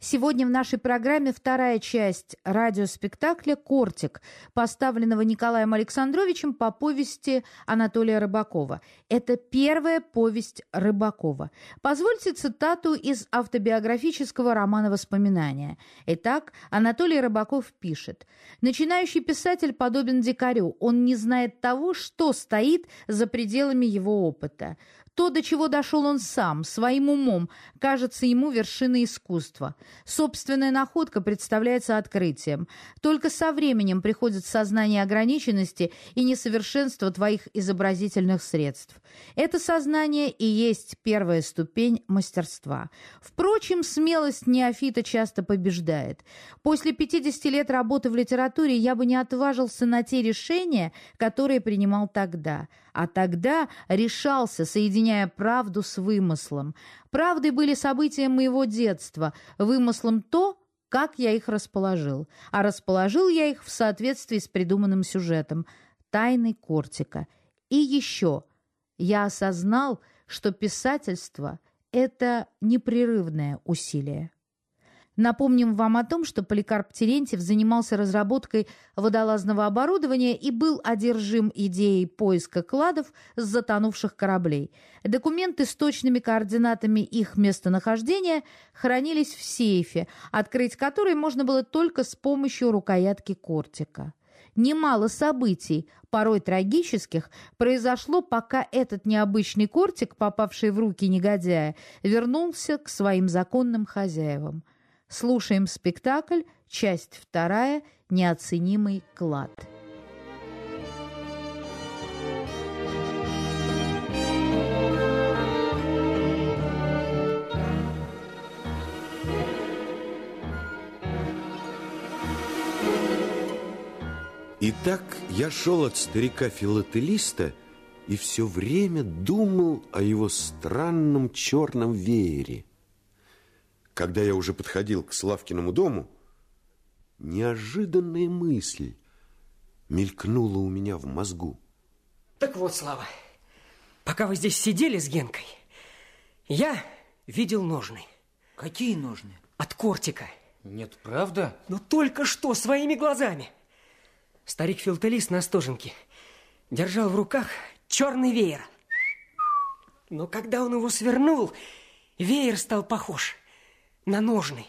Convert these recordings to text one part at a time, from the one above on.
Сегодня в нашей программе вторая часть радиоспектакля «Кортик», поставленного Николаем Александровичем по повести Анатолия Рыбакова. Это первая повесть Рыбакова. Позвольте цитату из автобиографического романа «Воспоминания». Итак, Анатолий Рыбаков пишет: «Начинающий писатель подобен дикарю. Он не знает того, что стоит за пределами его опыта. То, до чего дошел он сам, своим умом, кажется ему вершиной искусства. Собственная находка представляется открытием. Только со временем приходит сознание ограниченности и несовершенства твоих изобразительных средств. Это сознание и есть первая ступень мастерства. Впрочем, смелость неофита часто побеждает. После 50 лет работы в литературе я бы не отважился на те решения, которые принимал тогда. А тогда решался, соединяя правду с вымыслом. Правдой были события моего детства, вымыслом то, как я их расположил. А расположил я их в соответствии с придуманным сюжетом «Тайны Кортика». И еще я осознал, что писательство – это непрерывное усилие. Напомним вам о том, что Поликарп Терентьев занимался разработкой водолазного оборудования и был одержим идеей поиска кладов с затонувших кораблей. Документы с точными координатами их местонахождения хранились в сейфе, открыть который можно было только с помощью рукоятки кортика. Немало событий, порой трагических, произошло, пока этот необычный кортик, попавший в руки негодяя, вернулся к своим законным хозяевам. Слушаем спектакль, часть 2, «Неоценимый клад». Итак, я шел от старика-филателиста и все время думал о его странном черном веере. Когда я уже подходил к Славкиному дому, неожиданная мысль мелькнула у меня в мозгу. Так вот, Слава, пока вы здесь сидели с Генкой, я видел ножны. Какие ножны? От кортика. Нет, правда? Но только что, своими глазами. Старик-филателист на Остоженке держал в руках черный веер. Но когда он его свернул, веер стал похож на ножны.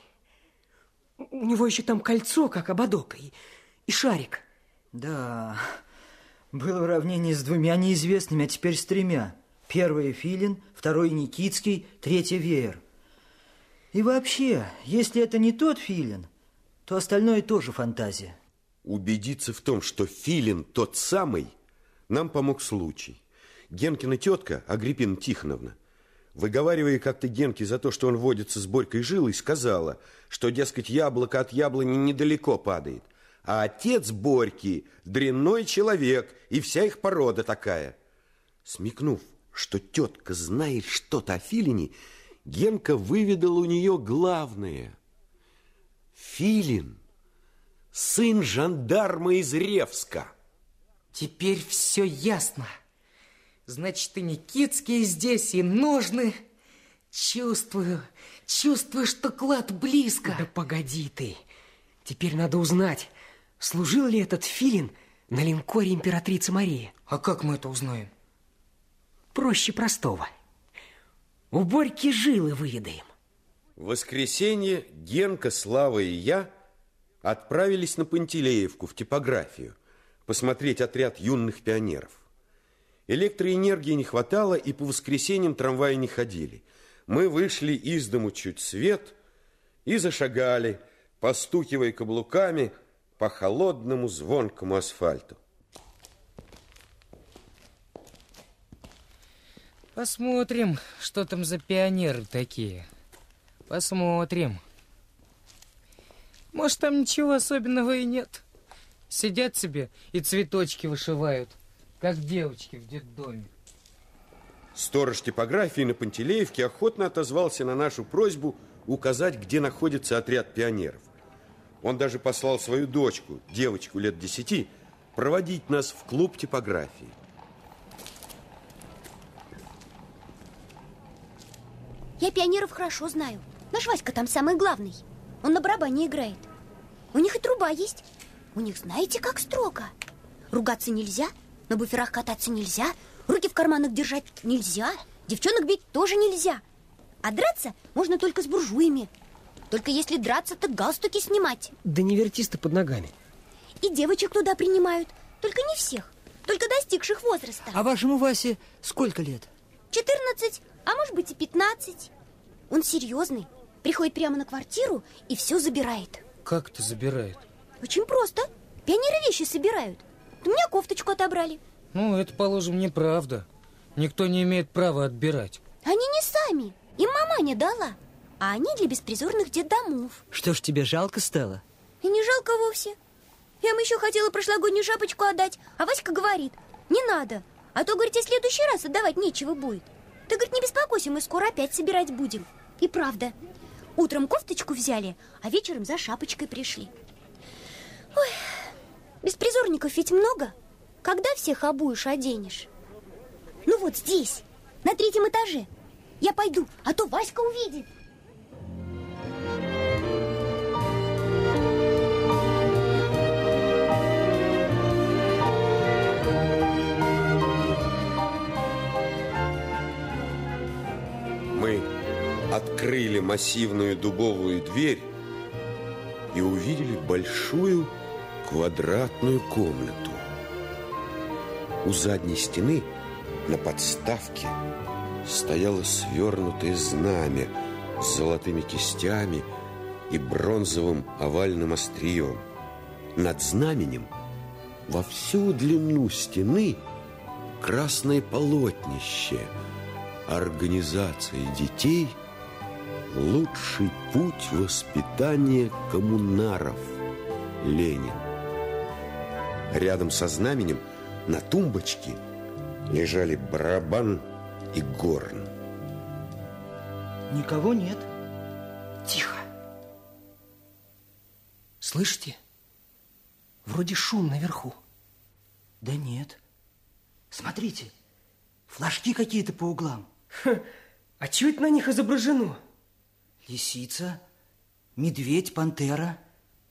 У него еще там кольцо, как ободок, и шарик. Да, было уравнение с 2 неизвестными, а теперь с 3. Первый Филин, второй Никитский, третий веер. И вообще, если это не тот Филин, то остальное тоже фантазия. Убедиться в том, что Филин тот самый, нам помог случай. Генкина тетка, Агриппина Тихоновна, выговаривая как-то Генке за то, что он водится с Борькой Жилой, сказала, что, дескать, яблоко от яблони недалеко падает, а отец Борьки – дрянной человек, и вся их порода такая. Смекнув, что тетка знает что-то о Филине, Генка выведал у нее главное. Филин – сын жандарма из Ревска. Теперь все ясно. Значит, и Никитские здесь, и ножны. Чувствую, что клад близко. Да погоди ты. Теперь надо узнать, служил ли этот Филин на линкоре императрицы Марии. А как мы это узнаем? Проще простого. У Борьки Жилы выведаем. В воскресенье Генка, Слава и я отправились на Пантелеевку в типографию посмотреть отряд юных пионеров. Электроэнергии не хватало, и по воскресеньям трамваи не ходили. Мы вышли из дому чуть свет и зашагали, постукивая каблуками по холодному звонкому асфальту. Посмотрим, что там за пионеры такие. Посмотрим. Может, там ничего особенного и нет. Сидят себе и цветочки вышивают, как девочки в детдоме. Сторож типографии на Пантелеевке охотно отозвался на нашу просьбу указать, где находится отряд пионеров. Он даже послал свою дочку, девочку лет 10, проводить нас в клуб типографии. Я пионеров хорошо знаю. Наш Васька там самый главный. Он на барабане играет. У них и труба есть. У них знаете, как строго? Ругаться нельзя, на буферах кататься нельзя, руки в карманах держать нельзя, девчонок бить тоже нельзя. А драться можно только с буржуями. Только если драться, так галстуки снимать. Да не вертись ты под ногами. И девочек туда принимают. Только не всех, только достигших возраста. А вашему Васе сколько лет? 14, а может быть и 15. Он серьезный. Приходит прямо на квартиру и все забирает. Как это забирает? Очень просто. Пионеры вещи собирают. У меня кофточку отобрали. Ну, это, положим, неправда. Никто не имеет права отбирать. Они не сами. Им маманя дала. А они для беспризорных детдомов. Что ж, тебе жалко стало? И не жалко вовсе. Я им еще хотела прошлогоднюю шапочку отдать. А Васька говорит, не надо. А то, говорит, и в следующий раз отдавать нечего будет. Ты, говорит, не беспокойся, мы скоро опять собирать будем. И правда. Утром кофточку взяли, а вечером за шапочкой пришли. Ой, беспризорников ведь много. Когда всех обуешь, оденешь? Ну вот здесь, на 3-м этаже. Я пойду, а то Васька увидит. Мы открыли массивную дубовую дверь и увидели большую квадратную комнату. У задней стены на подставке стояло свернутое знамя с золотыми кистями и бронзовым овальным острием. Над знаменем во всю длину стены красное полотнище организации детей «Лучший путь воспитания коммунаров. Ленин». Рядом со знаменем на тумбочке лежали барабан и горн. Никого нет. Тихо. Слышите? Вроде шум наверху. Да нет. Смотрите, флажки какие-то по углам. А чего это на них изображено? Лисица, медведь, пантера.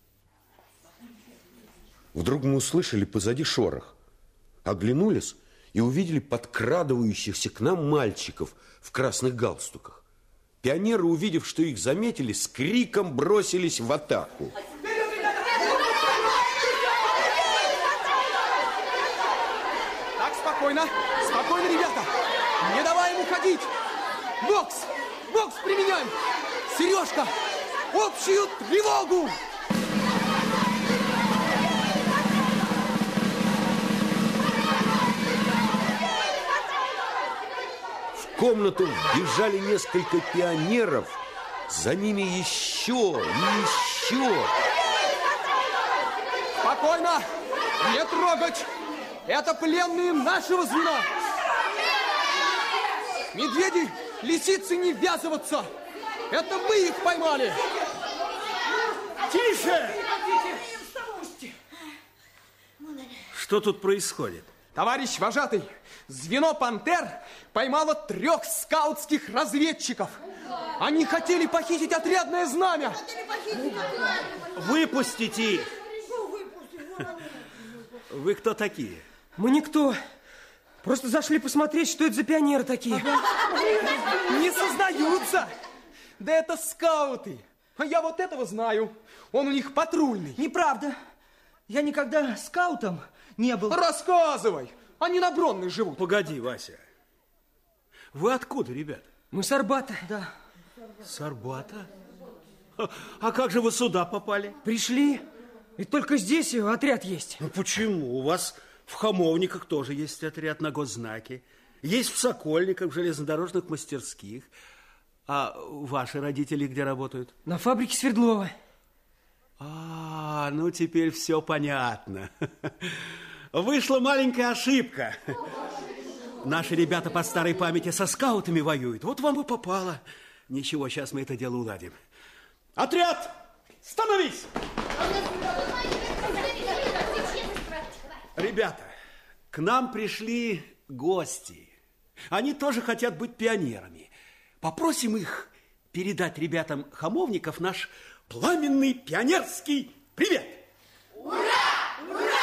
Вдруг мы услышали позади шорох, оглянулись и увидели подкрадывающихся к нам мальчиков в красных галстуках. Пионеры, увидев, что их заметили, с криком бросились в атаку. Так, спокойно, спокойно, ребята. Не давай им уходить. Бокс, бокс применяй. Сережка, общую тревогу. В комнату бежали несколько пионеров, за ними еще и еще. Спокойно, не трогать. Это пленные нашего звена. Медведи, лисицы, не ввязываться. Это мы их поймали. Тише! Что тут происходит? Товарищ вожатый, звено «Пантер» поймало 3 скаутских разведчиков. Они хотели похитить отрядное знамя. Выпустите их! Вы кто такие? Мы никто. Просто зашли посмотреть, что это за пионеры такие. Не сознаются. Да это скауты. А я вот этого знаю. Он у них патрульный. Неправда. Я никогда скаутом не был. Рассказывай. Они на Бронной живут. Погоди, Вася. Вы откуда, ребята? Мы с Арбата. Да. С Арбата? А как же вы сюда попали? Пришли. И только здесь отряд есть. Ну почему? У вас в Хамовниках тоже есть отряд на госзнаке. Есть в Сокольниках, в железнодорожных мастерских. А ваши родители где работают? На фабрике Свердлова. А, ну теперь все понятно. Вышла маленькая ошибка. Наши ребята по старой памяти со скаутами воюют. Вот вам и попало. Ничего, сейчас мы это дело уладим. Отряд, становись! Ребята, к нам пришли гости. Они тоже хотят быть пионерами. Попросим их передать ребятам Хамовников наш пламенный пионерский привет! Ура! Ура!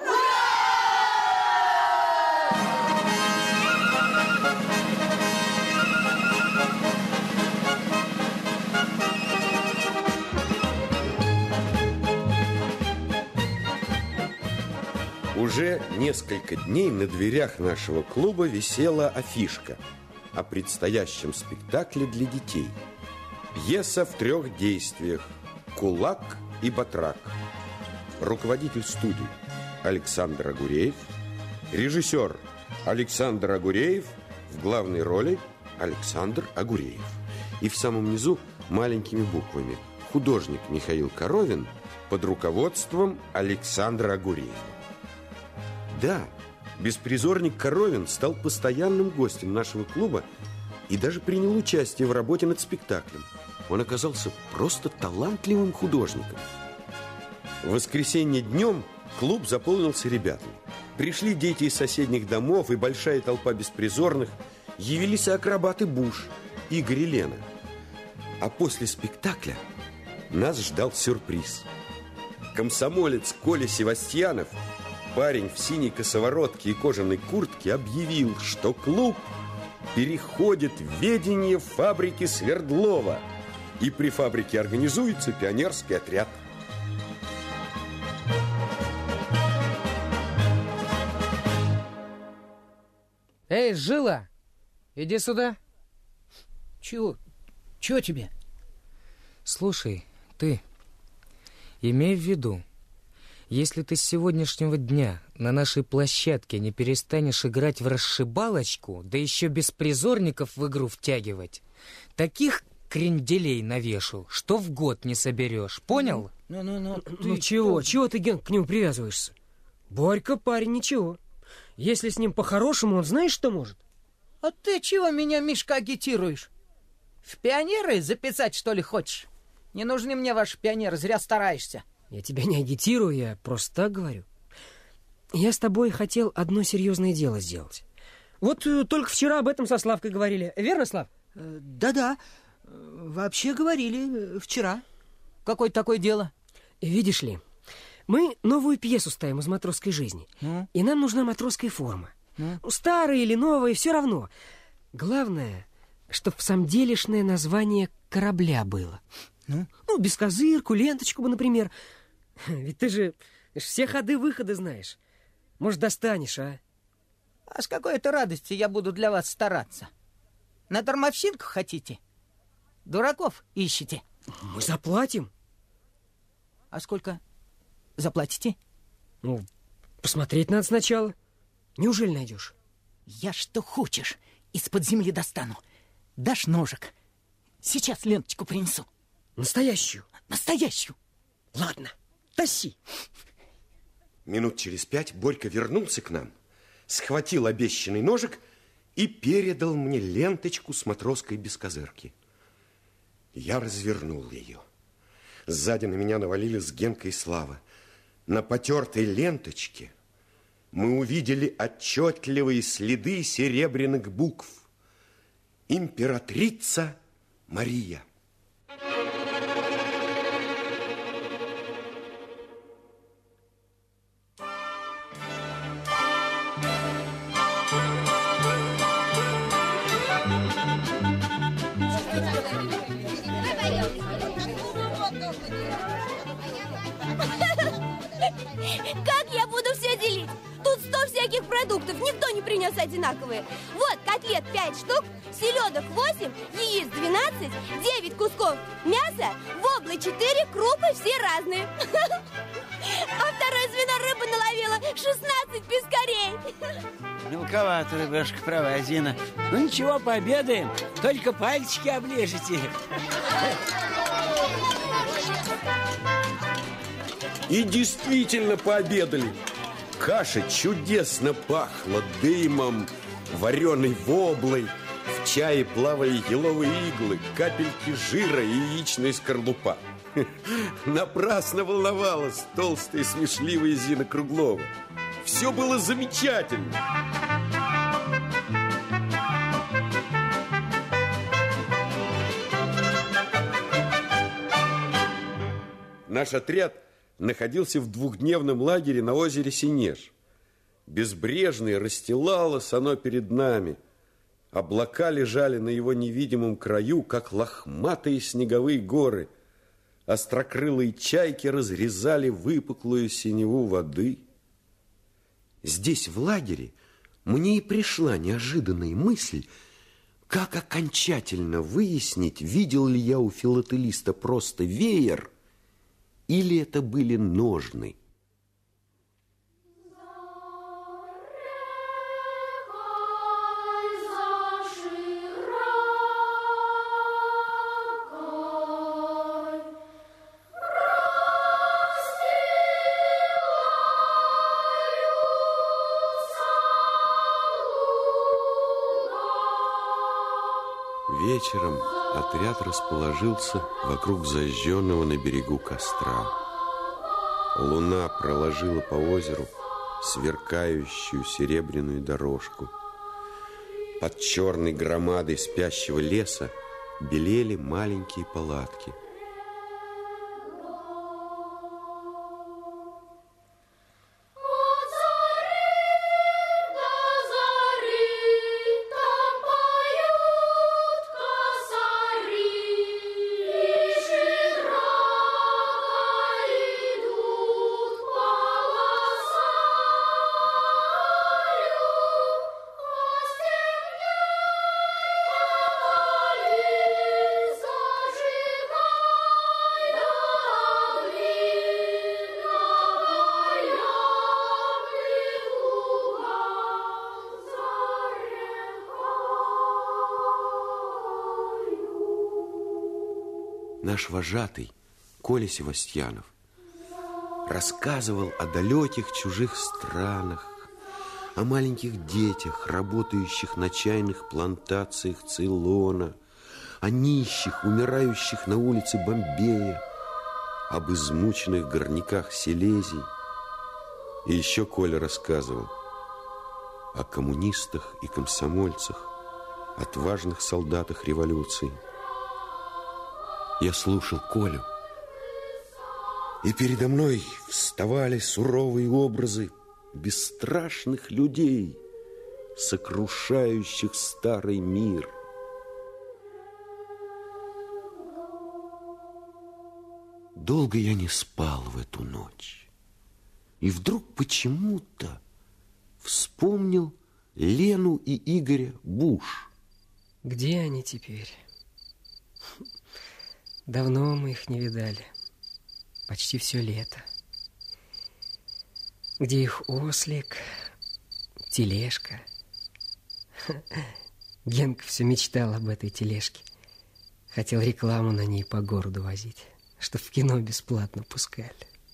Уже несколько дней на дверях нашего клуба висела афишка о предстоящем спектакле для детей. Пьеса в 3 действиях «Кулак и батрак». Руководитель студии Александр Агуреев, режиссер Александр Агуреев, в главной роли Александр Агуреев. И в самом низу маленькими буквами художник Михаил Коровин под руководством Александра Агуреева. Да, беспризорник Коровин стал постоянным гостем нашего клуба и даже принял участие в работе над спектаклем. Он оказался просто талантливым художником. В воскресенье днем клуб заполнился ребятами. Пришли дети из соседних домов и большая толпа беспризорных. Явились акробаты Буш, Игорь и Лена. А после спектакля нас ждал сюрприз. Комсомолец Коля Севастьянов, парень в синей косоворотке и кожаной куртке, объявил, что клуб переходит в ведение фабрики Свердлова, и при фабрике организуется пионерский отряд. Эй, Жила, иди сюда. Чего? Чего тебе? Слушай, ты, имей в виду, если ты с сегодняшнего дня на нашей площадке не перестанешь играть в расшибалочку, да еще беспризорников в игру втягивать, таких кренделей навешу, что в год не соберешь. Понял? Ну чего? Чего ты, Ген, к нему привязываешься? Борька парень ничего. Если с ним по-хорошему, он знаешь, что может? А ты чего меня, Мишка, агитируешь? В пионеры записать, что ли, хочешь? Не нужны мне ваши пионеры, зря стараешься. Я тебя не агитирую, я просто так говорю. Я с тобой хотел одно серьезное дело сделать. Вот только вчера об этом со Славкой говорили. Верно, Слав? Да-да. Вообще говорили вчера. Какое такое дело? Видишь ли, мы новую пьесу ставим из матросской жизни. И нам нужна матросская форма. Старая или новая, все равно. Главное, чтоб в самделишное название корабля было. Ну, бескозырку, ленточку бы, например. Ведь ты же все ходы-выходы знаешь. Может, достанешь, а? А с какой это радости я буду для вас стараться? На дармовщинку хотите? Дураков ищете? Мы заплатим. А сколько заплатите? Ну, посмотреть надо сначала. Неужели найдешь? Я что хочешь из-под земли достану. Дашь ножик? Сейчас ленточку принесу. Настоящую? Настоящую. Ладно, тащи. Минут через 5 Борька вернулся к нам, схватил обещанный ножик и передал мне ленточку с матросской бескозырки. Я развернул ее. Сзади на меня навалились Генка и Слава. На потертой ленточке мы увидели отчетливые следы серебряных букв. Императрица Мария. Как я буду все делить? Тут 100 всяких продуктов, никто не принес одинаковые. Вот котлет 5 штук, селедок 8, яиц 12, 9 кусков мяса, воблы 4, крупы все разные. А второе звено рыбы наловила 16 пескарей. Мелковато, рыбешка, права, Зина. Ну ничего, пообедаем, только пальчики оближете. И действительно пообедали. Каша чудесно пахла дымом, вареной воблой. В чае плавали еловые иглы, капельки жира и яичная скорлупа. Напрасно волновалась толстая смешливая Зина Круглова. Все было замечательно. Наш отряд находился в двухдневном лагере на озере Сенеж. Безбрежное расстилалось оно перед нами. Облака лежали на его невидимом краю, как лохматые снеговые горы. Острокрылые чайки разрезали выпуклую синеву воды. Здесь, в лагере, мне и пришла неожиданная мысль, как окончательно выяснить, видел ли я у филателиста просто веер, или это были ножны. Вечером отряд расположился вокруг зажженного на берегу костра. Луна проложила по озеру сверкающую серебряную дорожку. Под черной громадой спящего леса белели маленькие палатки. Наш вожатый, Коля Севастьянов, рассказывал о далеких чужих странах, о маленьких детях, работающих на чайных плантациях Цейлона, о нищих, умирающих на улице Бомбея, об измученных горняках Силезии. И еще Коля рассказывал о коммунистах и комсомольцах, отважных солдатах революции. Я слушал Колю, и передо мной вставали суровые образы бесстрашных людей, сокрушающих старый мир. Долго я не спал в эту ночь, и вдруг почему-то вспомнил Лену и Игоря Буш. Где они теперь? Давно мы их не видали. Почти все лето. Где их ослик, тележка? Генка все мечтал об этой тележке. Хотел рекламу на ней по городу возить, чтоб в кино бесплатно пускали.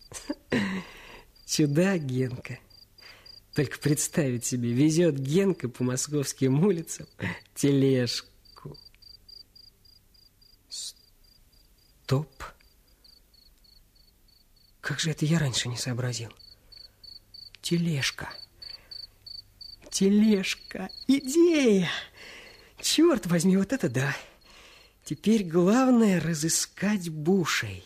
Чудак Генка. Только представить себе, везет Генка по московским улицам тележку. Стоп. Как же это я раньше не сообразил? Тележка. Тележка. Идея. Черт возьми, вот это да. Теперь главное разыскать Бушей.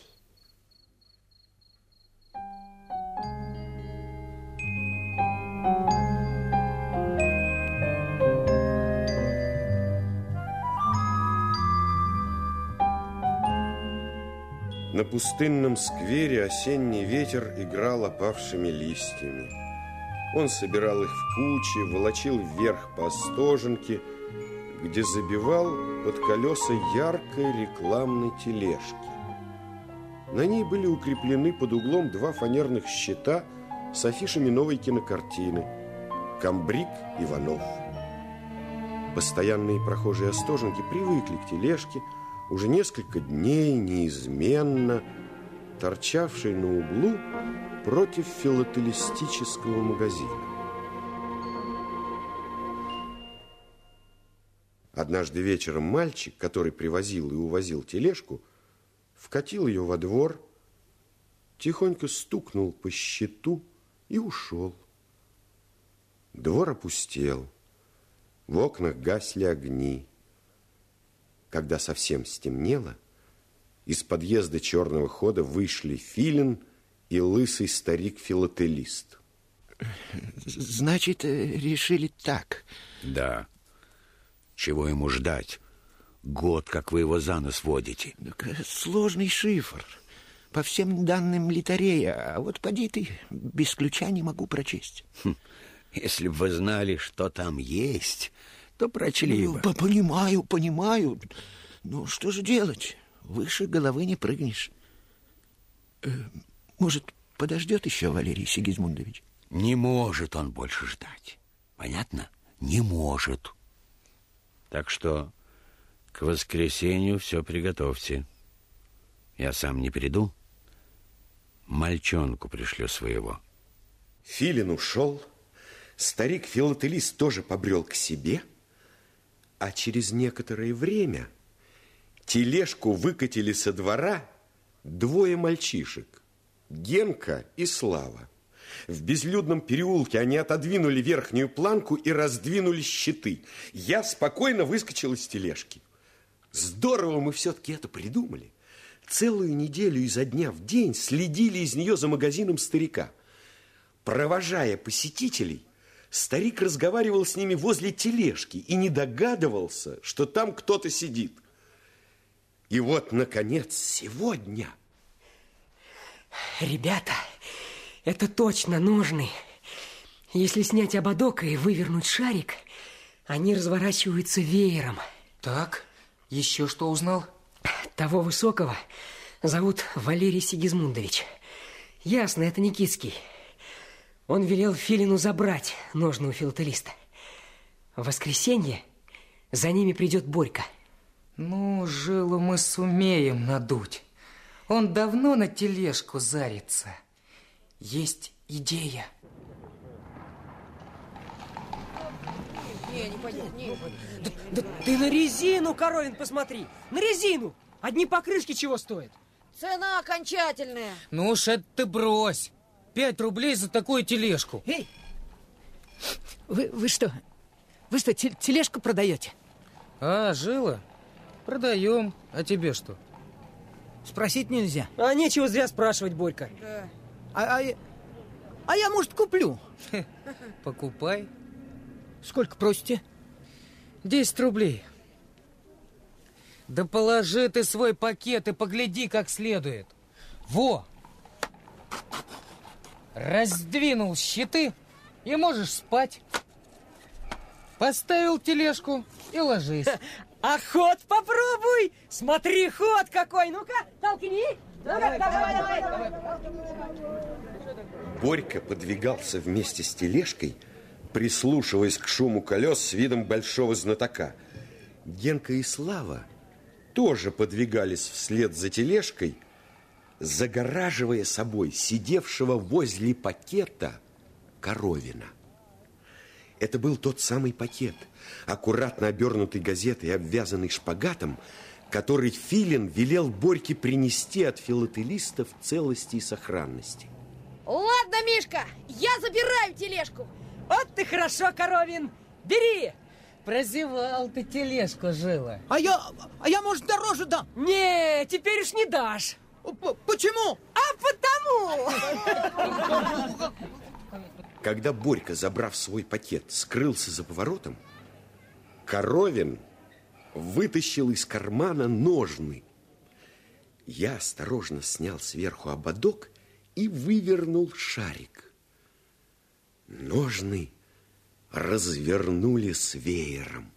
На пустынном сквере осенний ветер играл опавшими листьями. Он собирал их в кучи, волочил вверх по остоженке, где забивал под колеса яркой рекламной тележки. На ней были укреплены под углом два фанерных щита с афишами новой кинокартины «Камбрик Иванов». Постоянные прохожие остоженки привыкли к тележке, уже несколько дней неизменно торчавшей на углу против филателистического магазина. Однажды вечером мальчик, который привозил и увозил тележку, вкатил ее во двор, тихонько стукнул по щиту и ушел. Двор опустел, в окнах гасли огни. Когда совсем стемнело, Из подъезда черного хода вышли Филин и лысый старик-филателист. Значит, решили так? Да. Чего ему ждать? Год, как вы его за нос водите. Сложный шифр. По всем данным Литарея. А вот поди ты, без ключа не могу прочесть. Если бы вы знали, что там есть, то прочли бы. Понимаю. Ну, что же делать? Выше головы не прыгнешь. Может, подождет еще Валерий Сигизмундович? Не может он больше ждать. Понятно? Не может. Так что к воскресенью все приготовьте. Я сам не приду. Мальчонку пришлю своего. Филин ушел. Старик-филателист тоже побрел к себе. А через некоторое время тележку выкатили со двора двое мальчишек. Генка и Слава. В безлюдном переулке они отодвинули верхнюю планку и раздвинули щиты. Я спокойно выскочил из тележки. Здорово мы все-таки это придумали. Целую неделю изо дня в день следили из нее за магазином старика. Провожая посетителей, старик разговаривал с ними возле тележки и не догадывался, что там кто-то сидит. И вот, наконец, сегодня... Ребята, это точно ножны. Если снять ободок и вывернуть шарик, они разворачиваются веером. Так, еще что узнал? Того высокого зовут Валерий Сигизмундович. Ясно, это Никитский. Он велел Филину забрать ножны у филателиста. В воскресенье за ними придет Борька. Ну, Жилу мы сумеем надуть. Он давно на тележку зарится. Есть идея. Да ты на резину, Коровин, посмотри. На резину. Одни покрышки чего стоят? Цена окончательная. Ну уж это ты брось. 5 рублей за такую тележку. Эй, вы что? Вы что, тележку продаете? А, Жила? Продаем. А тебе что? Спросить нельзя. А нечего зря спрашивать, Борька. Да. А я, может, куплю? Покупай. Сколько просите? 10 рублей. Да положи ты свой пакет и погляди как следует. Во! Раздвинул щиты и можешь спать. Поставил тележку и ложись. А ход попробуй! Смотри, ход какой! Ну-ка, толкни! Давай. Борька подвигался вместе с тележкой, прислушиваясь к шуму колес с видом большого знатока. Генка и Слава тоже подвигались вслед за тележкой, загораживая собой сидевшего возле пакета Коровина. Это был тот самый пакет, аккуратно обернутый газетой и обвязанный шпагатом, который Филин велел Борьке принести от филателиста в целости и сохранности. Ладно, Мишка, я забираю тележку. Вот ты хорошо, Коровин. Бери. Прозевал ты тележку, Жила. А я, может, дороже дам. Не, теперь уж не дашь. Почему? А потому... Когда Борька, забрав свой пакет, скрылся за поворотом, Коровин вытащил из кармана ножны. Я осторожно снял сверху ободок и вывернул шарик. Ножны развернули с веером.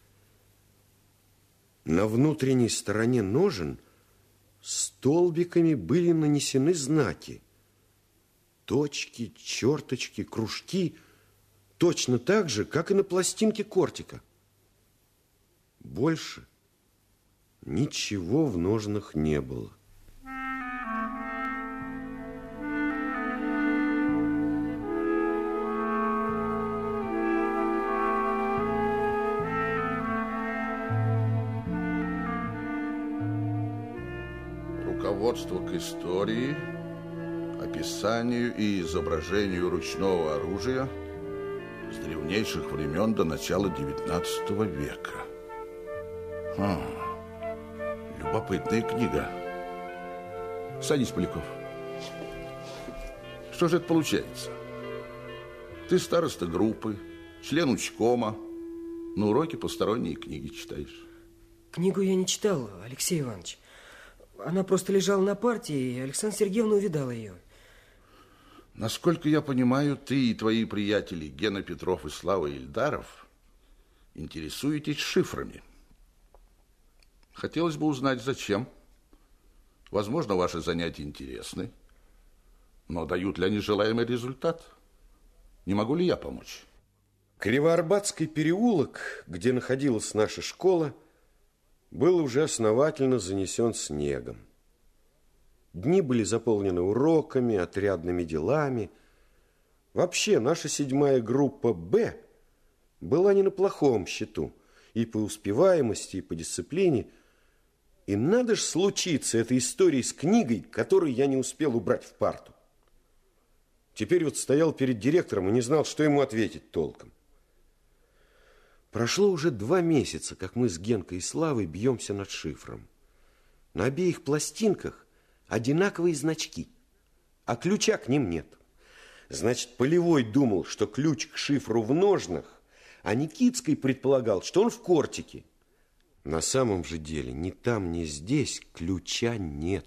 На внутренней стороне ножен столбиками были нанесены знаки. Точки, черточки, кружки, точно так же, как и на пластинке кортика. Больше ничего в ножнах не было. Руководство к истории, описанию и изображению ручного оружия с древнейших времен до начала XIX века. Любопытная книга. Садись, Поляков. Что же это получается? Ты староста группы, член учкома, на уроке посторонние книги читаешь. Книгу я не читал, Алексей Иванович. Она просто лежала на парте, и Александра Сергеевна увидала ее. Насколько я понимаю, ты и твои приятели Гена Петров и Слава Ильдаров интересуетесь шифрами. Хотелось бы узнать, зачем. Возможно, ваши занятия интересны, но дают ли они желаемый результат? Не могу ли я помочь? Кривоарбатский переулок, где находилась наша школа, был уже основательно занесен снегом. Дни были заполнены уроками, отрядными делами. Вообще, наша 7-я группа «Б» была не на плохом счету и по успеваемости, и по дисциплине. И надо ж случиться этой истории с книгой, которую я не успел убрать в парту. Теперь вот стоял перед директором и не знал, что ему ответить толком. Прошло уже 2 месяца, как мы с Генкой и Славой бьемся над шифром. На обеих пластинках одинаковые значки, а ключа к ним нет. Значит, Полевой думал, что ключ к шифру в ножнах, а Никитский предполагал, что он в кортике. На самом же деле ни там, ни здесь ключа нет.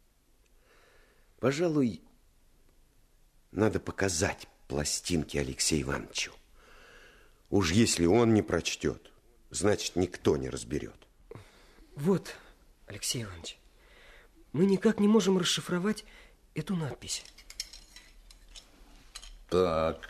Пожалуй, надо показать пластинки Алексею Ивановичу. Уж если он не прочтет, значит, никто не разберет. Вот, Алексей Иванович, мы никак не можем расшифровать эту надпись. Так.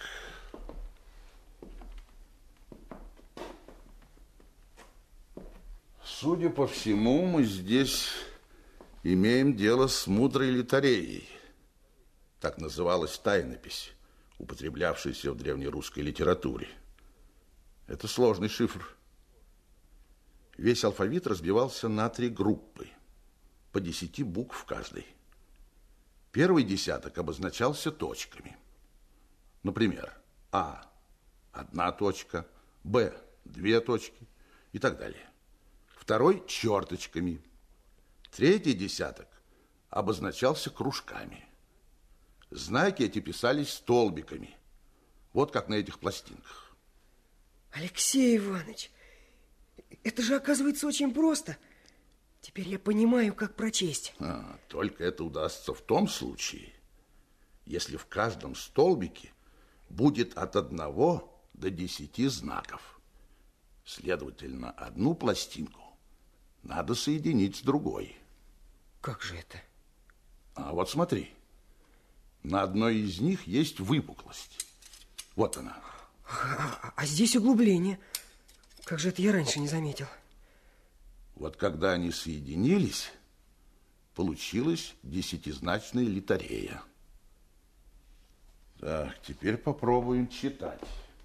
Судя по всему, мы здесь имеем дело с мудрой литареей. Так называлась тайнопись, употреблявшаяся в древнерусской литературе. Это сложный шифр. Весь алфавит разбивался на 3 группы, по 10 букв в каждой. Первый десяток обозначался точками. Например, А – 1 точка, Б – 2 точки и так далее. Второй – черточками. Третий десяток обозначался кружками. Знаки эти писались столбиками. Вот как на этих пластинках. Алексей Иванович, это же оказывается очень просто. Теперь я понимаю, как прочесть. Только это удастся в том случае, если в каждом столбике будет от 1 до 10 знаков. Следовательно, одну пластинку надо соединить с другой. Как же это? Вот смотри. На одной из них есть выпуклость. Вот она. А здесь углубление. Как же это я раньше не заметил? Вот когда они соединились, получилась 10-значная литарея. Так, теперь попробуем читать.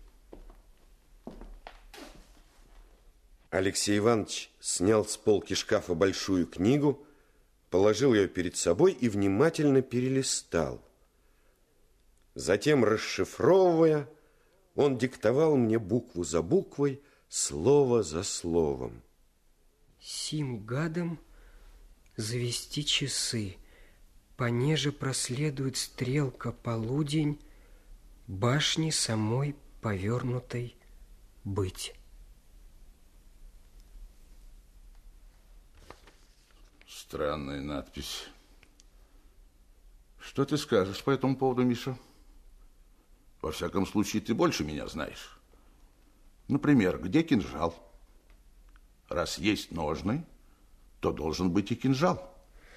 Алексей Иванович снял с полки шкафа большую книгу, положил ее перед собой и внимательно перелистал. Затем, расшифровывая, он диктовал мне букву за буквой, слово за словом. Сим гадом завести часы. Понеже проследует стрелка полудень, башни самой повернутой быть. Странная надпись. Что ты скажешь по этому поводу, Миша? Во всяком случае, ты больше меня знаешь. Например, где кинжал? Раз есть ножны, то должен быть и кинжал.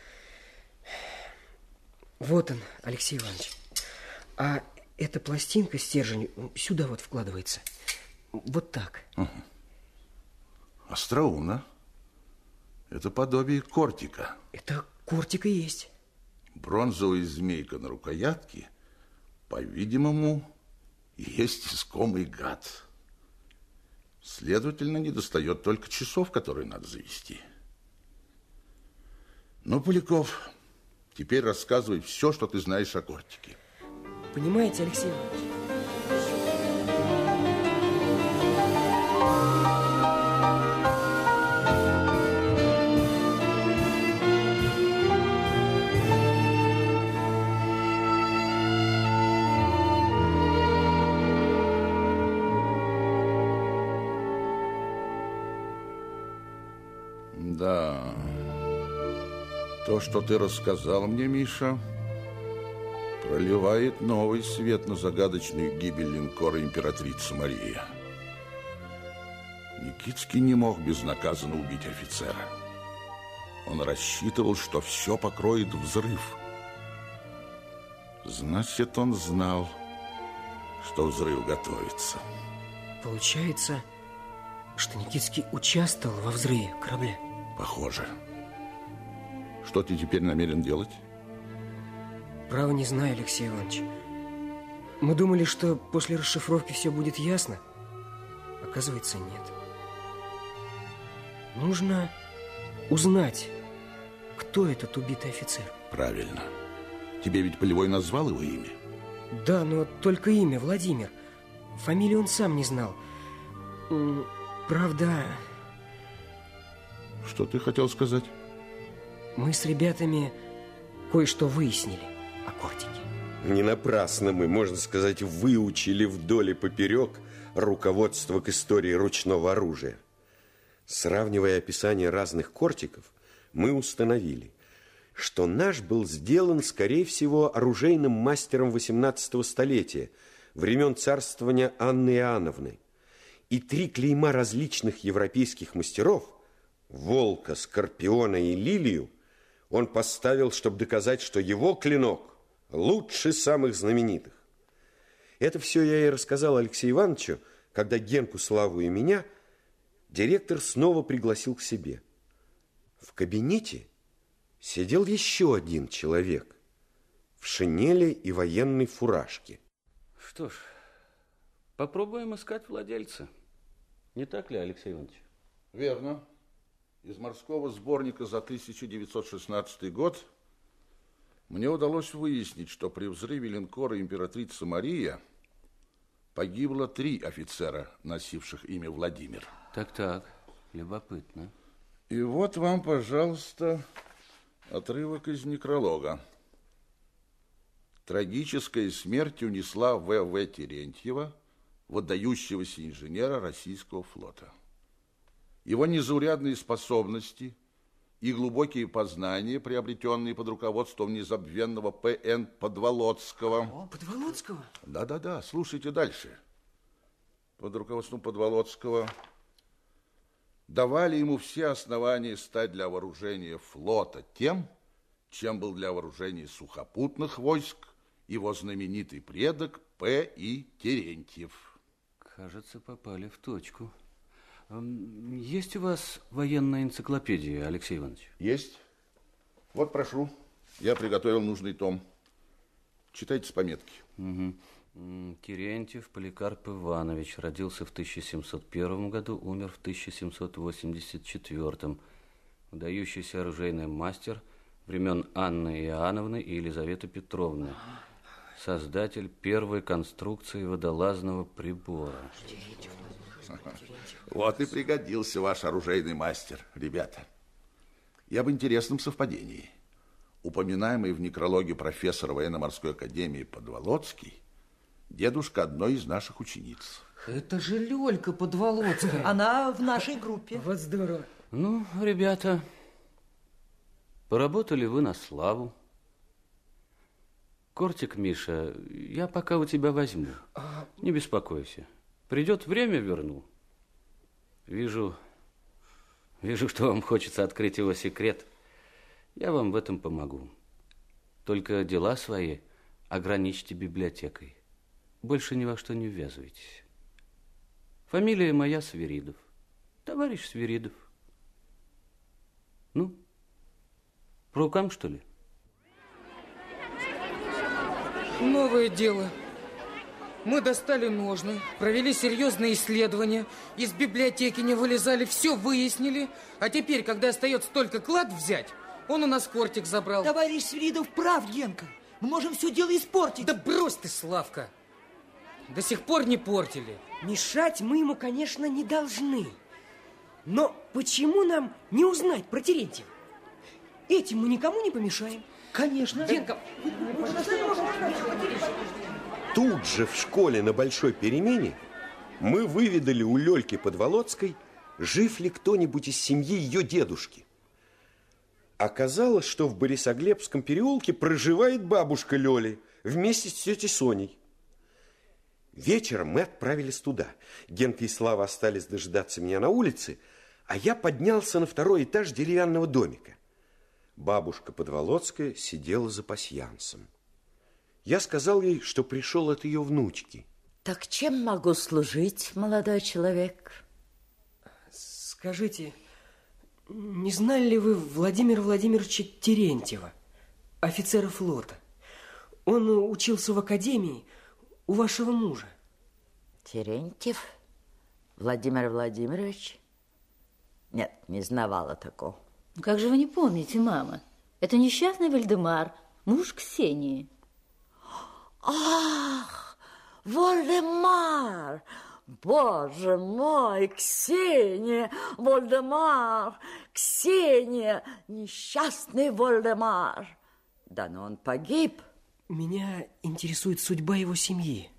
Вот он, Алексей Иванович. А эта пластинка, стержень, сюда вот вкладывается. Вот так. Остроумно. Это подобие кортика. Это кортик и есть. Бронзовая змейка на рукоятке, по-видимому, есть искомый гад. Следовательно, недостает только часов, которые надо завести. Ну, Поляков, теперь рассказывай все, что ты знаешь о кортике. Понимаете, Алексей Иванович? То, что ты рассказал мне, Миша, проливает новый свет на загадочную гибель линкора императрицы Мария. Никитский не мог безнаказанно убить офицера. Он рассчитывал, что все покроет взрыв. Значит, он знал, что взрыв готовится. Получается, что Никитский участвовал во взрыве корабля? Похоже. Что ты теперь намерен делать? Право не знаю, Алексей Иванович. Мы думали, что после расшифровки все будет ясно. Оказывается, нет. Нужно узнать, кто этот убитый офицер. Правильно. Тебе ведь Полевой назвал его имя? Да, но только имя Владимир. Фамилию он сам не знал. Правда... Что ты хотел сказать? Мы с ребятами кое-что выяснили о Кортике. Не напрасно мы, можно сказать, выучили вдоль и поперек руководство к истории ручного оружия. Сравнивая описание разных кортиков, мы установили, что наш был сделан, скорее всего, оружейным мастером 18 столетия, времен царствования Анны Иоанновны. И 3 клейма различных европейских мастеров – волка, скорпиона и лилию – он поставил, чтобы доказать, что его клинок лучше самых знаменитых. Это все я и рассказал Алексею Ивановичу, когда Генку, Славу и меня директор снова пригласил к себе. В кабинете сидел еще один человек в шинели и военной фуражке. Что ж, попробуем искать владельца. Не так ли, Алексей Иванович? Верно. Из морского сборника за 1916 год мне удалось выяснить, что при взрыве линкора «Императрица Мария» погибло 3 офицера, носивших имя Владимир. Так, любопытно. И вот вам, пожалуйста, отрывок из некролога. Трагическая смерть унесла В.В. Терентьева, выдающегося инженера российского флота. Его незаурядные способности и глубокие познания, приобретенные под руководством незабвенного П.Н. Подволоцкого. Подволоцкого? Да, слушайте дальше. Под руководством Подволоцкого давали ему все основания стать для вооружения флота тем, чем был для вооружения сухопутных войск его знаменитый предок П.И. Терентьев. Кажется, попали в точку. Есть у вас военная энциклопедия, Алексей Иванович? Есть. Вот, прошу. Я приготовил нужный том. Читайте с пометки. Угу. Терентьев Поликарп Иванович. Родился в 1701 году, умер в 1784. Выдающийся оружейный мастер времен Анны Иоанновны и Елизаветы Петровны. Создатель первой конструкции водолазного прибора. Вот и пригодился ваш оружейный мастер, ребята. И об интересном совпадении. Упоминаемый в некрологе профессора военно-морской академии Подволоцкий дедушка одной из наших учениц. Это же Лёлька Подволоцкая. Она в нашей группе. Вот здорово. Ну, ребята, поработали вы на славу. Кортик, Миша, я пока у тебя возьму. Не беспокойся. Придет время, верну. Вижу, что вам хочется открыть его секрет. Я вам в этом помогу. Только дела свои ограничьте библиотекой. Больше ни во что не ввязывайтесь. Фамилия моя Свиридов. Товарищ Свиридов. Ну, по рукам, что ли? Новое дело. Мы достали ножны, провели серьезные исследования, из библиотеки не вылезали, все выяснили. А теперь, когда остается только клад взять, он у нас Кортик забрал. Товарищ Свиридов прав, Генка. Мы можем все дело испортить. Да брось ты, Славка. До сих пор не портили. Мешать мы ему, конечно, не должны. Но почему нам не узнать про Терентьева? Этим мы никому не помешаем. Конечно. Генка, Тут же в школе на большой перемене мы выведали у Лёльки Подволоцкой, жив ли кто-нибудь из семьи ее дедушки. Оказалось, что в Борисоглебском переулке проживает бабушка Лёли вместе с тетей Соней. Вечером мы отправились туда. Генка и Слава остались дожидаться меня на улице, а я поднялся на второй этаж деревянного домика. Бабушка Подволоцкая сидела за пасьянсом. Я сказал ей, что пришел от ее внучки. Так чем могу служить, молодой человек? Скажите, не знали ли вы Владимира Владимировича Терентьева, офицера флота? Он учился в академии у вашего мужа. Терентьев? Владимир Владимирович? Нет, не знавала такого. Ну, как же вы не помните, мама? Это несчастный Вальдемар, муж Ксении. Ах, Вальдемар! Боже мой, Ксения, Вальдемар, Ксения, несчастный Вальдемар. Да, но он погиб. Меня интересует судьба его семьи.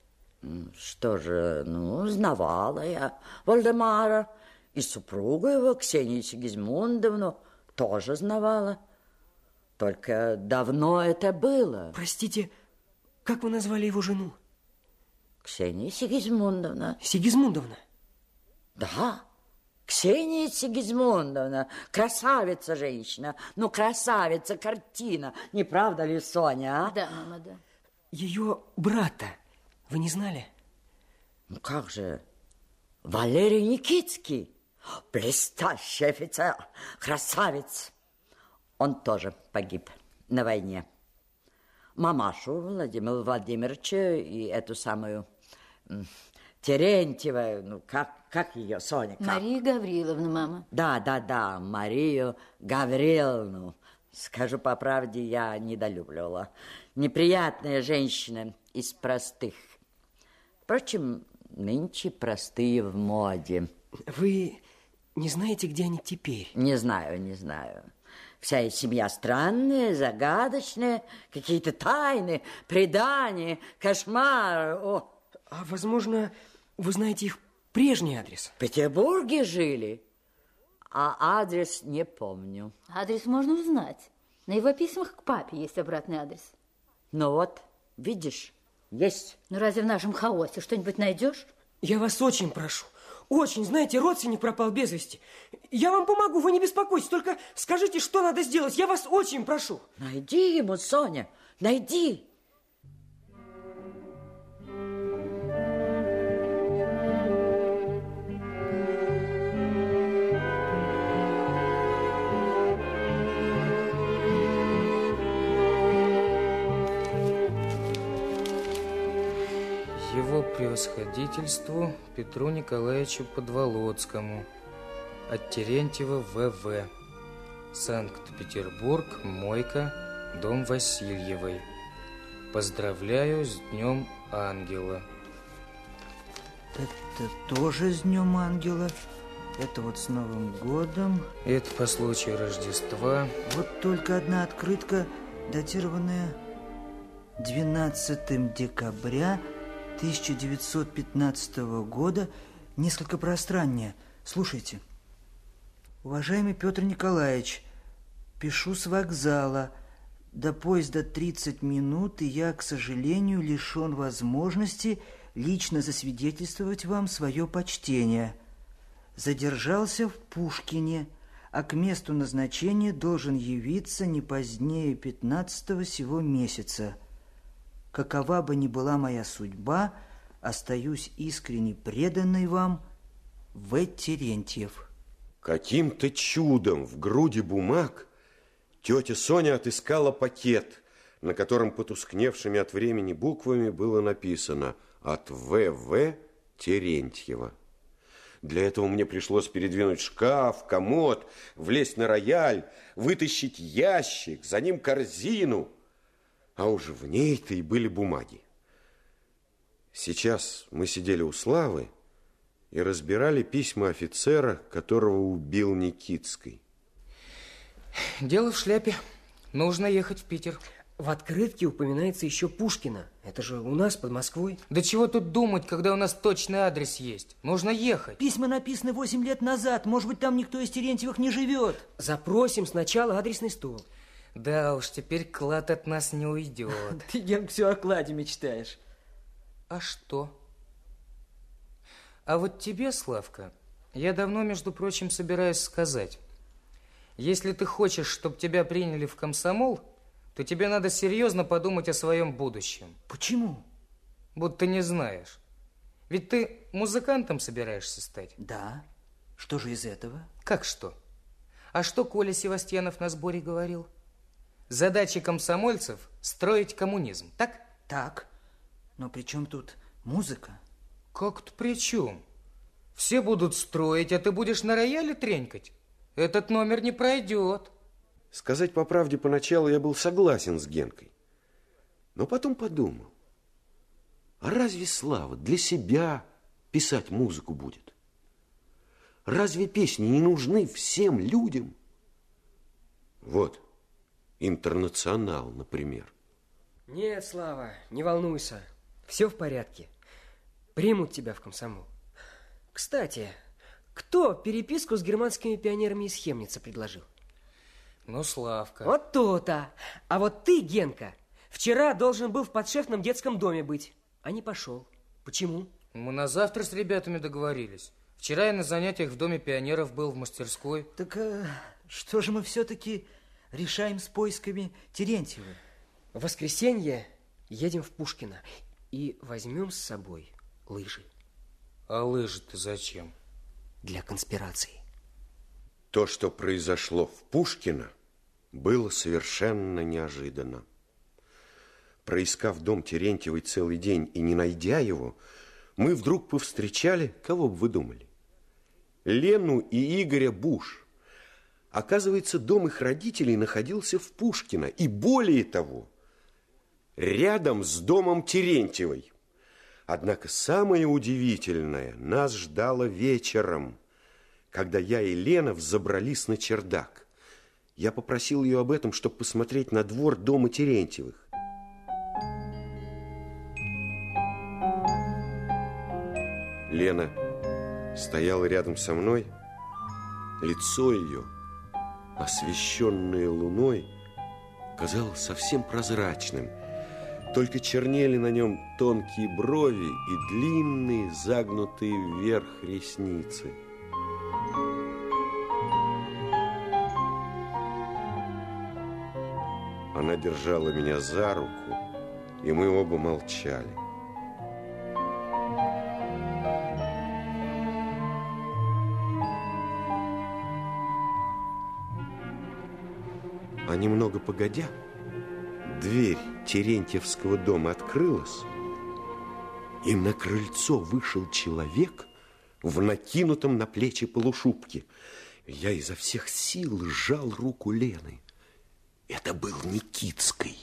Что же, знавала я Вальдемара. И супругу его, Ксению Сигизмундовну, тоже знавала. Только давно это было. Простите, как вы назвали его жену? Ксения Сигизмундовна. Сигизмундовна? Да, Ксения Сигизмундовна. Красавица женщина. Ну, красавица картина. Не правда ли, Соня, а? Да, мама, да. Ее брата вы не знали? Ну, как же? Валерий Никитский. Блестящий офицер. Красавец. Он тоже погиб на войне. Мамашу Владимира Владимировича и эту самую Терентьева, как ее, Соня? Как? Мария Гавриловна, мама. Да, Марию Гавриловну. Скажу по правде, я недолюбливала. Неприятная женщина из простых. Впрочем, нынче простые в моде. Вы не знаете, где они теперь? Не знаю. Вся их семья странная, загадочная, какие-то тайны, предания, кошмары. О. А, возможно, вы знаете их прежний адрес? В Петербурге жили, а адрес не помню. Адрес можно узнать. На его письмах к папе есть обратный адрес. Ну вот, видишь, есть. Ну разве в нашем хаосе что-нибудь найдешь? Я вас очень прошу. Очень, знаете, родственник пропал без вести. Я вам помогу, вы не беспокойтесь. Только скажите, что надо сделать. Я вас очень прошу. Найди ему, Соня, найди. Его превосходительству Петру Николаевичу Подволоцкому от Терентьева В.В. Санкт-Петербург, Мойка, дом Васильевой. Поздравляю с Днем Ангела. Это тоже с Днем Ангела. Это вот с Новым годом. Это по случаю Рождества. Вот только одна открытка, датированная 12 декабря 1915 года, несколько пространнее. Слушайте. Уважаемый Петр Николаевич, пишу с вокзала. До поезда 30 минут, и я, к сожалению, лишен возможности лично засвидетельствовать вам свое почтение. Задержался в Пушкине, а к месту назначения должен явиться не позднее 15-го сего месяца. Какова бы ни была моя судьба, остаюсь искренне преданный вам В. Терентьев. Каким-то чудом в груди бумаг тетя Соня отыскала пакет, на котором потускневшими от времени буквами было написано «От В.В. Терентьева». Для этого мне пришлось передвинуть шкаф, комод, влезть на рояль, вытащить ящик, за ним корзину. А уж в ней-то и были бумаги. Сейчас мы сидели у Славы и разбирали письма офицера, которого убил Никитский. Дело в шляпе. Нужно ехать в Питер. В открытке упоминается еще Пушкина. Это же у нас, под Москвой. Да чего тут думать, когда у нас точный адрес есть? Нужно ехать. Письма написаны 8 лет назад. Может быть, там никто из Терентьевых не живет. Запросим сначала адресный стол. Да уж, теперь клад от нас не уйдет. Ты, Генк, все о кладе мечтаешь. А что? А вот тебе, Славка, я давно, между прочим, собираюсь сказать. Если ты хочешь, чтобы тебя приняли в комсомол, то тебе надо серьезно подумать о своем будущем. Почему? Будто не знаешь. Ведь ты музыкантом собираешься стать? Да. Что же из этого? Как что? А что Коля Севастьянов на сборе говорил? Задача комсомольцев – строить коммунизм, так? Так. Но при чем тут музыка? Как-то при чем? Все будут строить, а ты будешь на рояле тренькать? Этот номер не пройдет. Сказать по правде, поначалу я был согласен с Генкой. Но потом подумал, а разве Слава для себя писать музыку будет? Разве песни не нужны всем людям? Вот, Интернационал, например. Нет, Слава, не волнуйся. Все в порядке. Примут тебя в комсомол. Кстати, кто переписку с германскими пионерами из Хемница предложил? Ну, Славка. Вот то-то. А вот ты, Генка, вчера должен был в подшефном детском доме быть, а не пошел. Почему? Мы на завтра с ребятами договорились. Вчера я на занятиях в Доме пионеров был, в мастерской. Так что же мы все-таки решаем с поисками Терентьева? В воскресенье едем в Пушкино и возьмем с собой лыжи. А лыжи-то зачем? Для конспирации. То, что произошло в Пушкино, было совершенно неожиданно. Проискав дом Терентьевой целый день и не найдя его, мы вдруг повстречали, кого бы вы думали? Лену и Игоря Буш. Оказывается, дом их родителей находился в Пушкино. И более того, рядом с домом Терентьевой. Однако самое удивительное нас ждало вечером, когда я и Лена взобрались на чердак. Я попросил ее об этом, чтобы посмотреть на двор дома Терентьевых. Лена стояла рядом со мной. Лицо ее, освещенное луной, казалось совсем прозрачным. Только чернели на нем тонкие брови и длинные, загнутые вверх ресницы. Она держала меня за руку, и мы оба молчали. А немного погодя, дверь Терентьевского дома открылась, и на крыльцо вышел человек в накинутом на плечи полушубке. Я изо всех сил сжал руку Лены. Это был Никитский.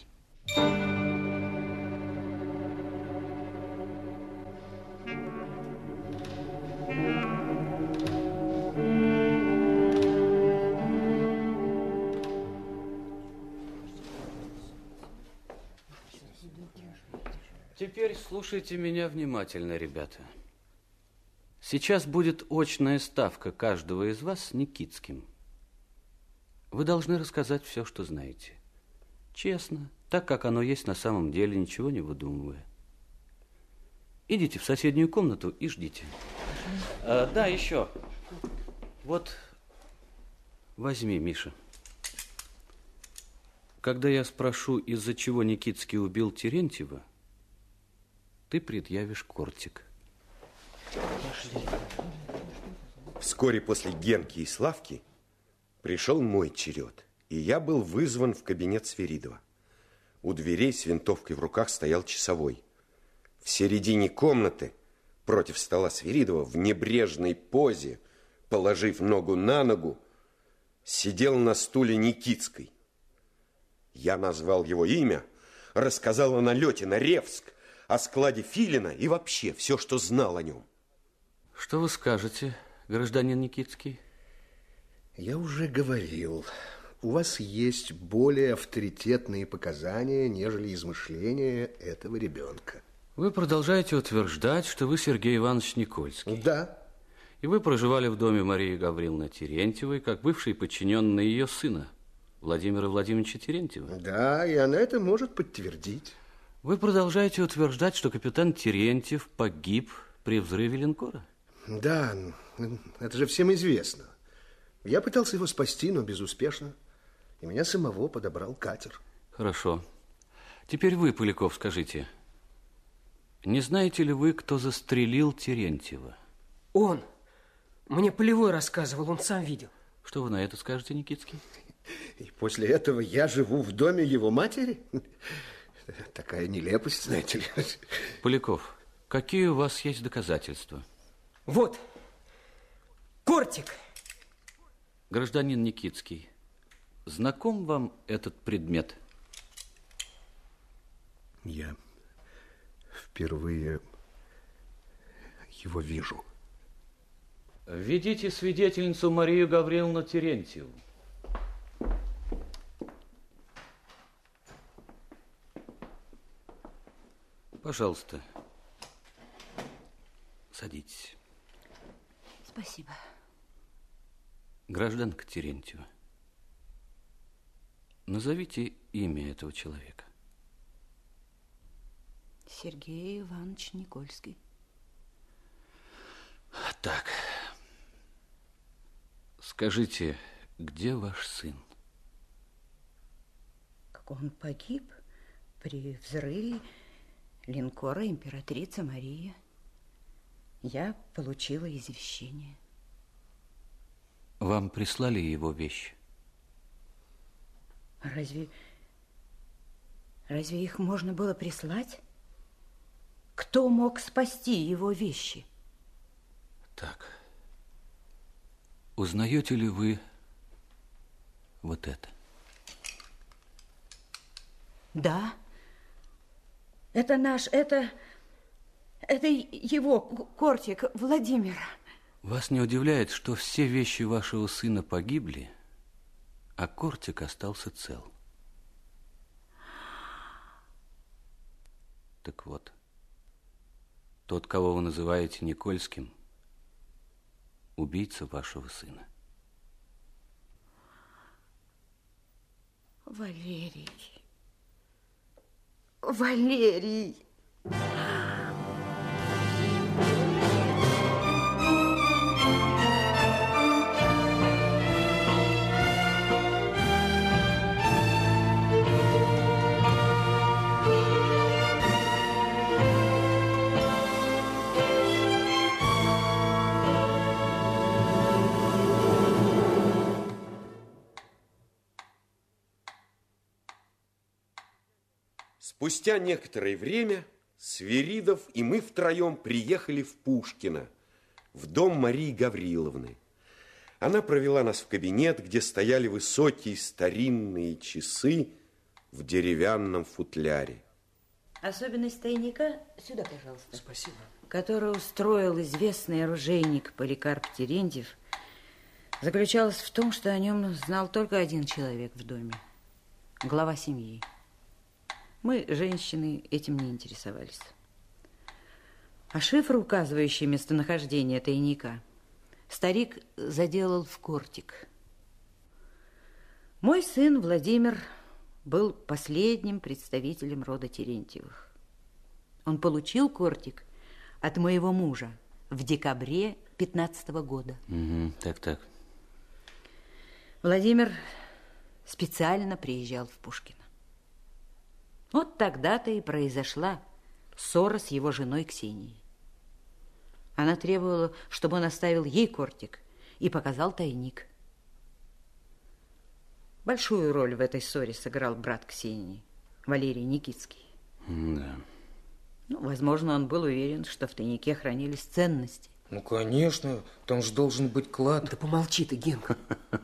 Теперь слушайте меня внимательно, ребята. Сейчас будет очная ставка каждого из вас с Никитским. Вы должны рассказать все, что знаете. Честно, так, как оно есть на самом деле, ничего не выдумывая. Идите в соседнюю комнату и ждите. Да, еще. Вот, возьми, Миша. Когда я спрошу, из-за чего Никитский убил Терентьева, ты предъявишь кортик. Вскоре после Генки и Славки пришел мой черед, и я был вызван в кабинет Свиридова. У дверей с винтовкой в руках стоял часовой. В середине комнаты, против стола Свиридова, в небрежной позе, положив ногу на ногу, сидел на стуле Никитский. Я назвал его имя, рассказал о налете на Ревск, о складе Филина и вообще все, что знал о нем. Что вы скажете, гражданин Никитский? Я уже говорил, у вас есть более авторитетные показания, нежели измышления этого ребенка. Вы продолжаете утверждать, что вы Сергей Иванович Никольский? Да. И вы проживали в доме Марии Гавриловны Терентьевой, как бывший подчиненный ее сына, Владимира Владимировича Терентьева? Да, и она это может подтвердить. Вы продолжаете утверждать, что капитан Терентьев погиб при взрыве линкора? Да, это же всем известно. Я пытался его спасти, но безуспешно. И меня самого подобрал катер. Хорошо. Теперь вы, Поляков, скажите, не знаете ли вы, кто застрелил Терентьева? Он. Мне Полевой рассказывал, он сам видел. Что вы на это скажете, Никитский? И после этого я живу в доме его матери? Такая нелепость, знаете ли. Поляков, какие у вас есть доказательства? Вот. Кортик. Гражданин Никитский, знаком вам этот предмет? Я впервые его вижу. Введите свидетельницу Марию Гавриловну Терентьеву. Пожалуйста, садитесь. Спасибо. Гражданка Терентьева, назовите имя этого человека. Сергей Иванович Никольский. Так, скажите, где ваш сын? Как он погиб при взрыве линкора «Императрица Мария». Я получила извещение. Вам прислали его вещи? Разве их можно было прислать? Кто мог спасти его вещи? Так. Узнаете ли вы вот это? Да. Это его Кортик Владимир. Вас не удивляет, что все вещи вашего сына погибли, а Кортик остался цел? Так вот, тот, кого вы называете Никольским, убийца вашего сына. Валерий. Валерий. Спустя некоторое время Свиридов и мы втроем приехали в Пушкино, в дом Марии Гавриловны. Она провела нас в кабинет, где стояли высокие старинные часы в деревянном футляре. Особенность тайника, сюда, пожалуйста. Спасибо. Который устроил известный оружейник Поликарп Терентьев, заключалась в том, что о нем знал только один человек в доме. Глава семьи. Мы, женщины, этим не интересовались. А шифр, указывающий местонахождение тайника, старик заделал в Кортик. Мой сын Владимир был последним представителем рода Терентьевых. Он получил Кортик от моего мужа в декабре 15-го года. Так. Владимир специально приезжал в Пушкино. Вот тогда-то и произошла ссора с его женой Ксенией. Она требовала, чтобы он оставил ей Кортик и показал тайник. Большую роль в этой ссоре сыграл брат Ксении, Валерий Никитский. Да. Возможно, он был уверен, что в тайнике хранились ценности. Ну, конечно, там же должен быть клад. Да помолчи ты, Генка.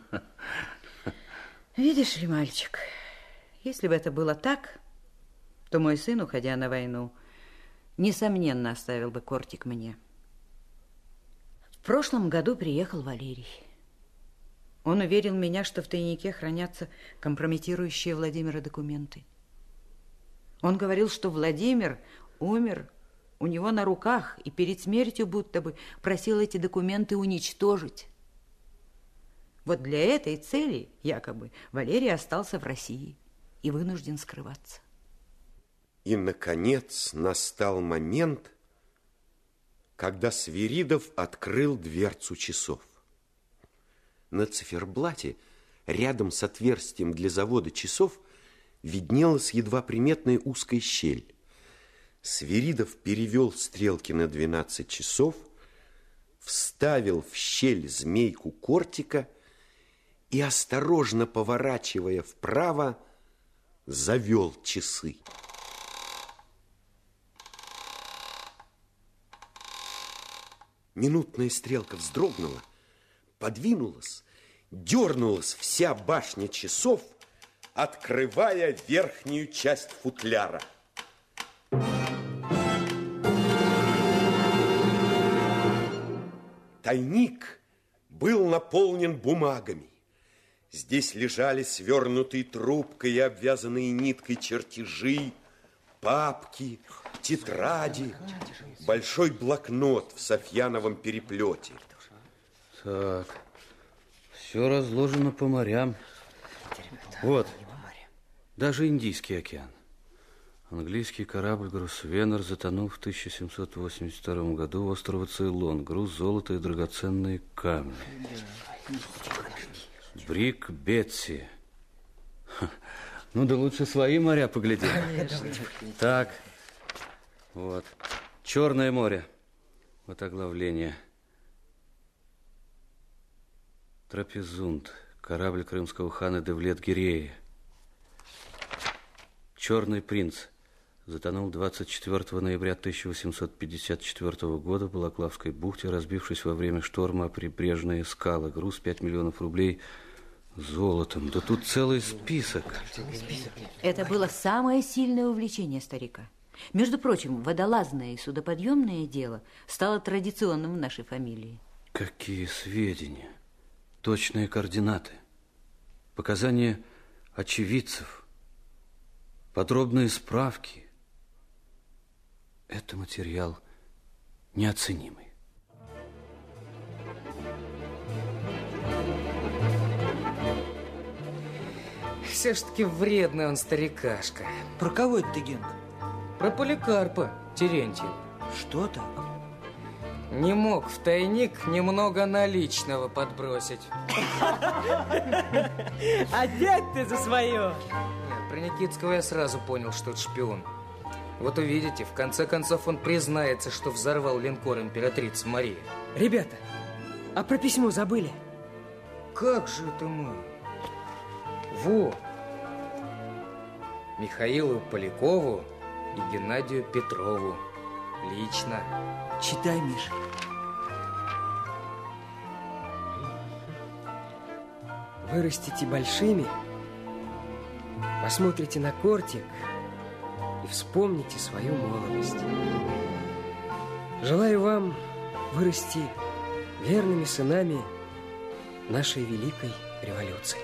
Видишь ли, мальчик, если бы это было так, то мой сын, уходя на войну, несомненно оставил бы Кортик мне. В прошлом году приехал Валерий. Он уверил меня, что в тайнике хранятся компрометирующие Владимира документы. Он говорил, что Владимир умер у него на руках и перед смертью будто бы просил эти документы уничтожить. Вот для этой цели, якобы, Валерий остался в России и вынужден скрываться. И, наконец, настал момент, когда Свиридов открыл дверцу часов. На циферблате, рядом с отверстием для завода часов, виднелась едва приметная узкая щель. Свиридов перевел стрелки на 12 часов, вставил в щель змейку кортика и, осторожно поворачивая вправо, завел часы. Минутная стрелка вздрогнула, подвинулась, дернулась вся башня часов, открывая верхнюю часть футляра. Тайник был наполнен бумагами. Здесь лежали свернутые трубкой и обвязанные ниткой чертежи, папки, тетради, большой блокнот в софьяновом переплете. Так, все разложено по морям. Вот, даже Индийский океан. Английский корабль «Гроссвеннер» затонул в 1782 году у острова Цейлон. Груз золота и драгоценные камни. Брик Бетси. Ну да лучше свои моря поглядим. Так, вот. Черное море. Вот оглавление. Трапезунд. Корабль крымского хана Девлет-Гирея. Черный принц. Затонул 24 ноября 1854 года в Балаклавской бухте, разбившись во время шторма о прибрежные скалы. Груз 5 миллионов рублей золотом. Да тут целый список. Это было самое сильное увлечение старика. Между прочим, водолазное и судоподъемное дело стало традиционным в нашей фамилии. Какие сведения, точные координаты, показания очевидцев, подробные справки. Это материал неоценимый. Все ж таки вредный он старикашка. Про кого это ты, Генка? Про Поликарпа Терентьева. Что так? Не мог в тайник немного наличного подбросить. Опять ты за свое? Нет, про Никитского я сразу понял, что это шпион. Вот увидите, в конце концов он признается, что взорвал линкор императрицы Марии. Ребята, а про письмо забыли? Как же это мы? Во! Михаилу Полякову и Геннадию Петрову. Лично. Читай, Миша. Вырастите большими, посмотрите на кортик и вспомните свою молодость. Желаю вам вырасти верными сынами нашей великой революции.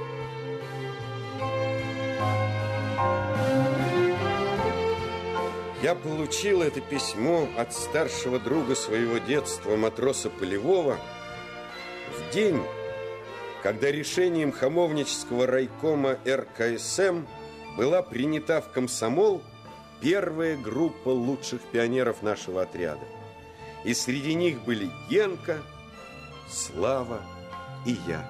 Я получил это письмо от старшего друга своего детства, матроса Полевого, в день, когда решением Хамовнического райкома РКСМ была принята в комсомол первая группа лучших пионеров нашего отряда. И среди них были Генка, Слава и я.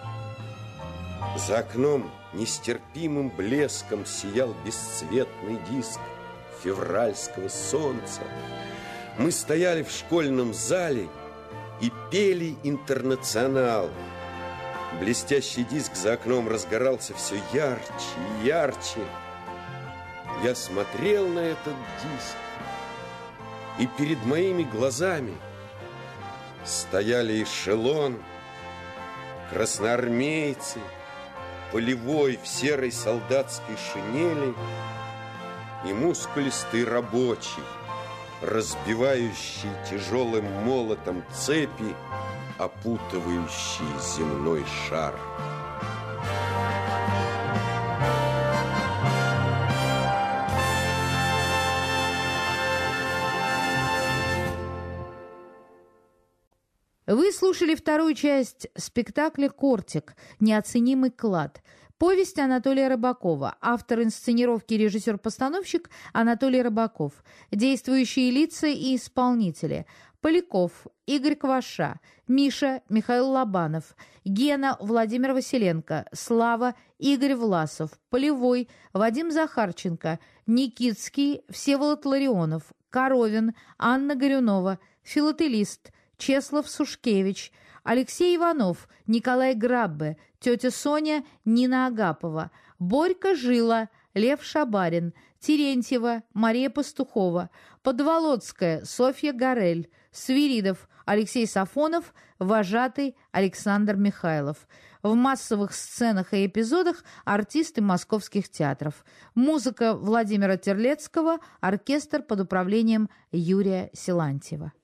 За окном нестерпимым блеском сиял бесцветный диск февральского солнца. Мы стояли в школьном зале и пели «Интернационал». Блестящий диск за окном разгорался все ярче и ярче. Я смотрел на этот диск, и перед моими глазами стояли эшелон, красноармейцы, полевой в серой солдатской шинели и мускулистый рабочий, разбивающий тяжелым молотом цепи опутывающий земной шар. Вы слушали вторую часть спектакля «Кортик. Неоценимый клад». Повесть Анатолия Рыбакова. Автор инсценировки и режиссер-постановщик Анатолий Рыбаков. Действующие лица и исполнители. Поляков Игорь Кваша, Миша Михаил Лобанов, Гена Владимир Василенко, Слава Игорь Власов, Полевой Вадим Захарченко, Никитский Всеволод Ларионов, Коровин Анна Горюнова, филателист Чеслав Сушкевич, Алексей Иванов, Николай Граббе, тетя Соня Нина Агапова, Борька Жила, Лев Шабарин, Терентьева Мария Пастухова, Подволоцкая Софья Горель, Свиридов Алексей Сафонов, вожатый Александр Михайлов. В массовых сценах и эпизодах артисты московских театров. Музыка Владимира Терлецкого, оркестр под управлением Юрия Силантьева.